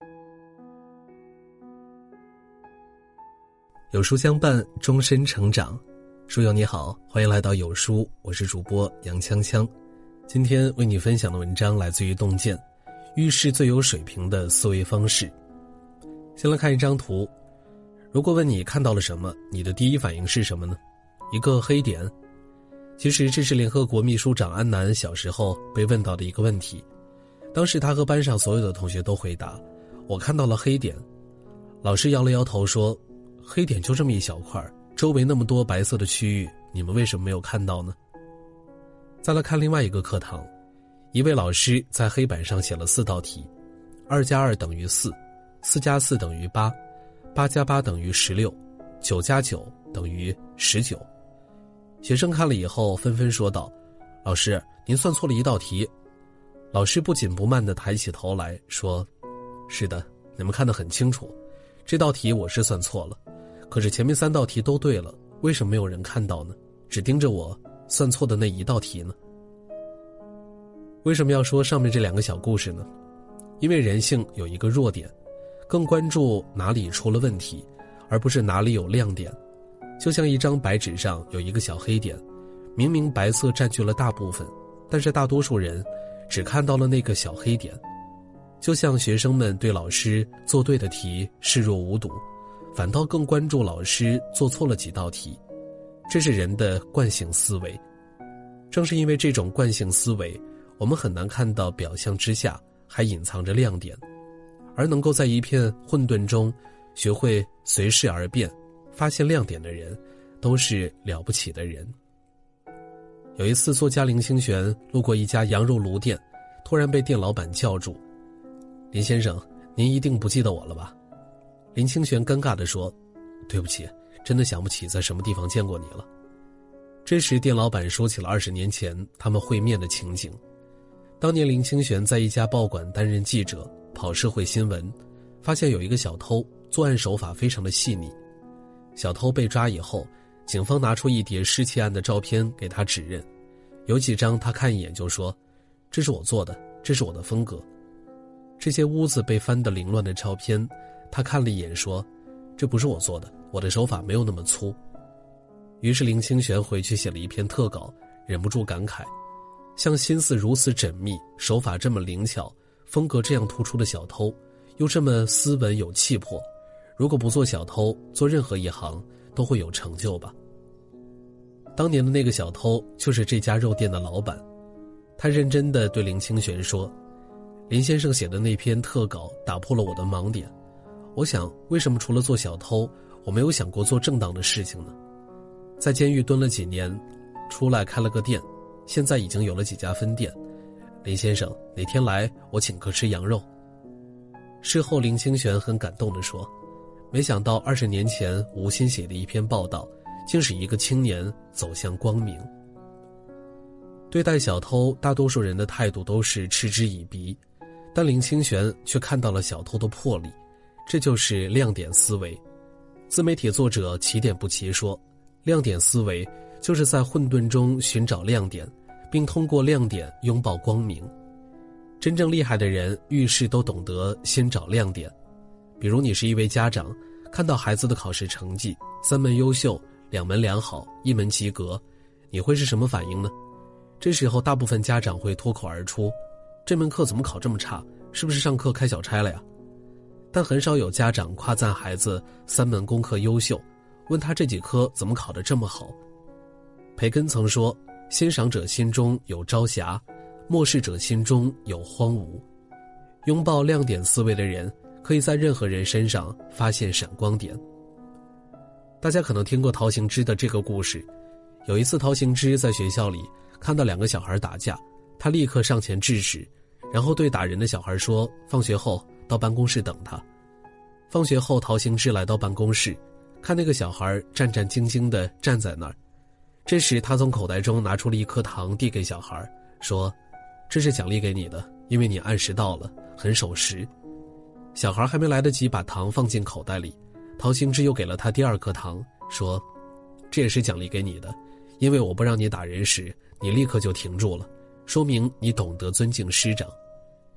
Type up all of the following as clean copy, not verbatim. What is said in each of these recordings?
有书相伴，终身成长。书友你好，欢迎来到有书，我是主播杨锵锵。今天为你分享的文章来自于洞见，遇事最有水平的思维方式。先来看一张图，如果问你看到了什么，你的第一反应是什么呢？一个黑点。其实这是联合国秘书长安南小时候被问到的一个问题。当时他和班上所有的同学都回答，我看到了黑点。老师摇了摇头说，黑点就这么一小块，周围那么多白色的区域，你们为什么没有看到呢？再来看另外一个课堂，一位老师在黑板上写了4道题，2加2等于4， 4加4等于8， 8加8等于16， 9加9等于19。学生看了以后纷纷说道，老师，您算错了一道题。老师不紧不慢地抬起头来说，是的，你们看得很清楚，这道题我是算错了，可是前面3道题都对了，为什么没有人看到呢？只盯着我算错的那一道题呢？为什么要说上面这2个小故事呢？因为人性有一个弱点，更关注哪里出了问题，而不是哪里有亮点。就像一张白纸上有一个小黑点，明明白色占据了大部分，但是大多数人只看到了那个小黑点。就像学生们对老师做对的题视若无睹，反倒更关注老师做错了几道题，这是人的惯性思维。正是因为这种惯性思维，我们很难看到表象之下还隐藏着亮点，而能够在一片混沌中学会随势而变，发现亮点的人都是了不起的人。有一次作家林清玄路过一家羊肉炉店，突然被店老板叫住，林先生，您一定不记得我了吧？林清玄尴尬地说，对不起，真的想不起在什么地方见过你了。这时店老板说起了20年前他们会面的情景。当年林清玄在一家报馆担任记者，跑社会新闻，发现有一个小偷，作案手法非常的细腻。小偷被抓以后，警方拿出一叠失窃案的照片给他指认，有几张他看一眼就说，这是我做的，这是我的风格。这些屋子被翻得凌乱的照片，他看了一眼说，这不是我做的，我的手法没有那么粗。于是林清玄回去写了一篇特稿，忍不住感慨，像心思如此缜密，手法这么灵巧，风格这样突出的小偷，又这么斯文有气魄，如果不做小偷，做任何一行都会有成就吧。当年的那个小偷就是这家肉店的老板，他认真地对林清玄说，林先生写的那篇特稿打破了我的盲点，我想为什么除了做小偷，我没有想过做正当的事情呢？在监狱蹲了几年，出来开了个店，现在已经有了几家分店，林先生哪天来我请客吃羊肉。事后林清玄很感动地说，没想到20年前吴昕写的一篇报道，竟使一个青年走向光明。对待小偷，大多数人的态度都是嗤之以鼻，但林清玄却看到了小偷的魄力，这就是亮点思维。自媒体作者起点不齐说，亮点思维就是在混沌中寻找亮点，并通过亮点拥抱光明。真正厉害的人遇事都懂得先找亮点。比如你是一位家长，看到孩子的考试成绩3门优秀，2门良好，1门及格，你会是什么反应呢？这时候大部分家长会脱口而出，这门课怎么考这么差，是不是上课开小差了呀？但很少有家长夸赞孩子3门功课优秀，问他这几科怎么考得这么好。培根曾说，欣赏者心中有朝霞，漠视者心中有荒芜。拥抱亮点思维的人，可以在任何人身上发现闪光点。大家可能听过陶行知的这个故事，有一次陶行知在学校里看到2个小孩打架，他立刻上前制止，然后对打人的小孩说，放学后到办公室等他。放学后陶行知来到办公室，看那个小孩战战兢兢地站在那儿。这时他从口袋中拿出了1颗糖递给小孩，说，这是奖励给你的，因为你按时到了，很守时。小孩还没来得及把糖放进口袋里，陶行知又给了他第2颗糖，说，这也是奖励给你的，因为我不让你打人时，你立刻就停住了，说明你懂得尊敬师长。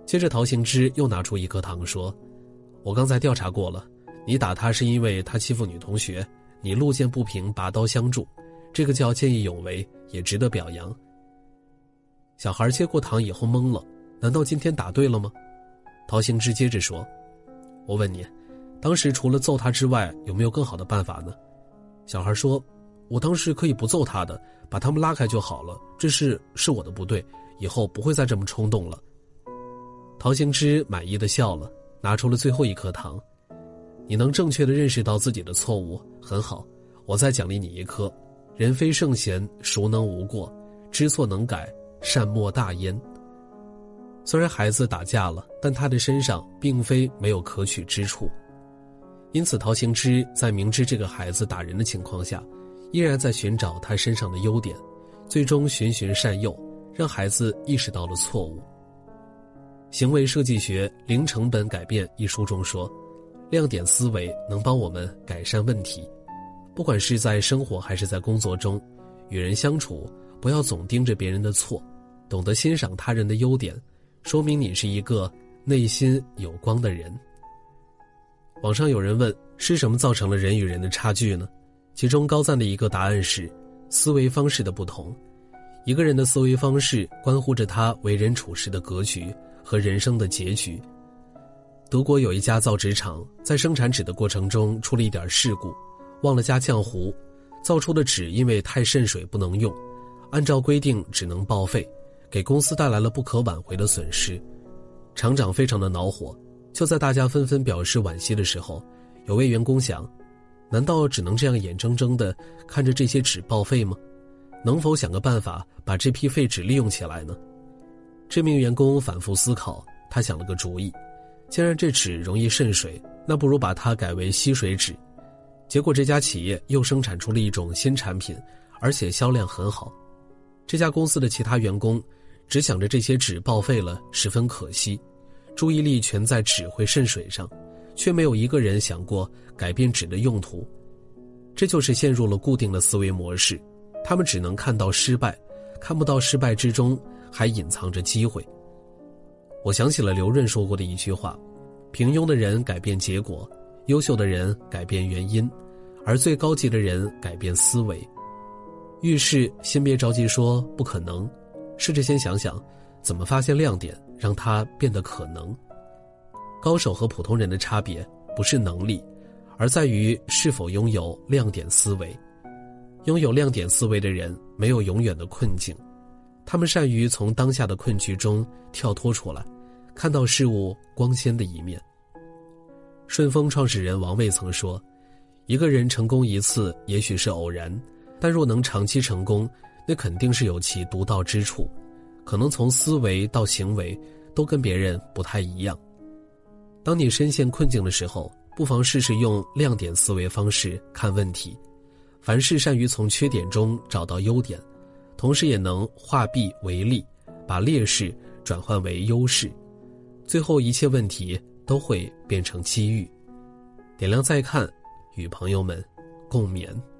接着陶行知又拿出一颗糖说，我刚才调查过了，你打他是因为他欺负女同学，你路见不平拔刀相助，这个叫见义勇为，也值得表扬。小孩接过糖以后懵了，难道今天打对了吗？陶行知接着说，我问你，当时除了揍他之外，有没有更好的办法呢？小孩说，我当时可以不揍他的，把他们拉开就好了，这是我的不对，以后不会再这么冲动了。陶行知满意的笑了，拿出了最后一颗糖。你能正确的认识到自己的错误，很好，我再奖励你一颗。人非圣贤，孰能无过？知错能改，善莫大焉。虽然孩子打架了，但他的身上并非没有可取之处。因此陶行知在明知这个孩子打人的情况下，依然在寻找他身上的优点，最终循循善诱，让孩子意识到了错误。行为设计学零成本改变一书中说，亮点思维能帮我们改善问题。不管是在生活还是在工作中，与人相处不要总盯着别人的错，懂得欣赏他人的优点，说明你是一个内心有光的人。网上有人问，是什么造成了人与人的差距呢？其中高赞的一个答案是思维方式的不同。一个人的思维方式关乎着他为人处事的格局和人生的结局。德国有一家造纸厂在生产纸的过程中出了一点事故，忘了加浆糊，造出的纸因为太渗水不能用，按照规定只能报废，给公司带来了不可挽回的损失。厂长非常的恼火，就在大家纷纷表示惋惜的时候，有位员工想，难道只能这样眼睁睁地看着这些纸报废吗？能否想个办法把这批废纸利用起来呢？这名员工反复思考，他想了个主意，既然这纸容易渗水，那不如把它改为吸水纸。结果这家企业又生产出了一种新产品，而且销量很好。这家公司的其他员工只想着这些纸报废了十分可惜，注意力全在纸会渗水上，却没有一个人想过改变纸的用途。这就是陷入了固定的思维模式，他们只能看到失败，看不到失败之中还隐藏着机会。我想起了刘润说过的一句话，平庸的人改变结果，优秀的人改变原因，而最高级的人改变思维。遇事先别着急说不可能，试着先想想怎么发现亮点，让它变得可能。高手和普通人的差别不是能力，而在于是否拥有亮点思维。拥有亮点思维的人没有永远的困境，他们善于从当下的困局中跳脱出来，看到事物光鲜的一面。顺丰创始人王卫曾说，一个人成功一次也许是偶然，但若能长期成功，那肯定是有其独到之处，可能从思维到行为都跟别人不太一样。当你深陷困境的时候，不妨试试用亮点思维方式看问题，凡事善于从缺点中找到优点，同时也能化弊为利，把劣势转换为优势，最后一切问题都会变成机遇。点亮再看，与朋友们共勉。